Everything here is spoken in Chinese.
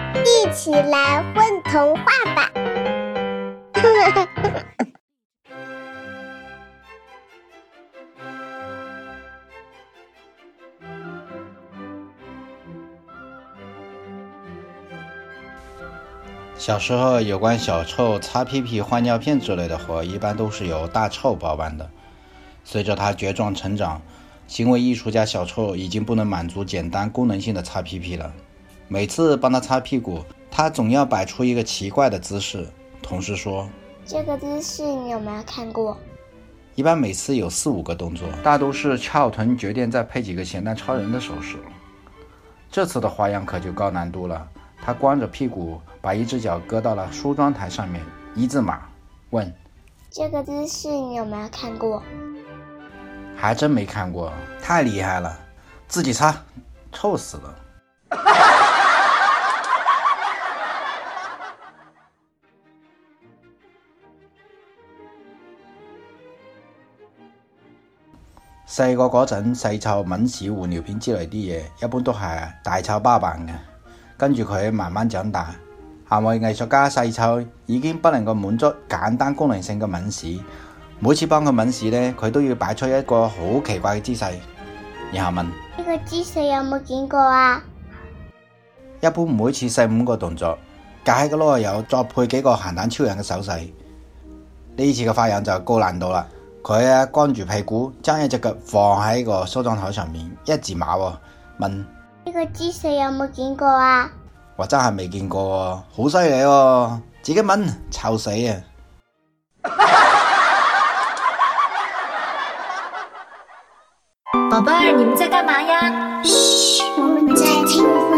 一起来混童话吧！ 小时候有关小臭擦屁屁、换尿片之类的活，一般都是由大臭包办的。随着他茁壮成长，行为艺术家小臭已经不能满足简单功能性的擦屁屁了。每次帮他擦屁股，他总要摆出一个奇怪的姿势。同事说， 这个姿势你有没有看过？ 一般每次有4-5个动作，大都是翘臀绝垫再配几个咸蛋超人的手势。这次的花样可就高难度了，他光着屁股把一只脚搁到了梳妆台上面，1字马，问， 这个姿势你有没有看过？ 还真没看过，太厉害了，自己擦，臭死了。細個嗰陣，細臭、抿屎、換尿片之類啲嘢，一般都係大臭包辦嘅。跟住佢慢慢長大，行為藝術家細臭已經不能夠滿足簡單功能性嘅抿屎。每次幫佢抿屎呢，佢都要擺出一個好奇怪嘅姿勢，然後問： 呢個姿勢有冇見過啊？ 一般每次4-5個動作，隔喺個籮柚再配幾個鹹蛋超人嘅手勢。呢次嘅花樣就高難度啦。佢光住屁股，將一隻腳放喺個梳妝台上面，1字馬喎，問呢個姿勢有冇見過啊？ 我真係未見過喎，好犀利喎，自己問，臭死啊！ 宝贝儿，你们在干嘛呀？ 嘘，我们在聽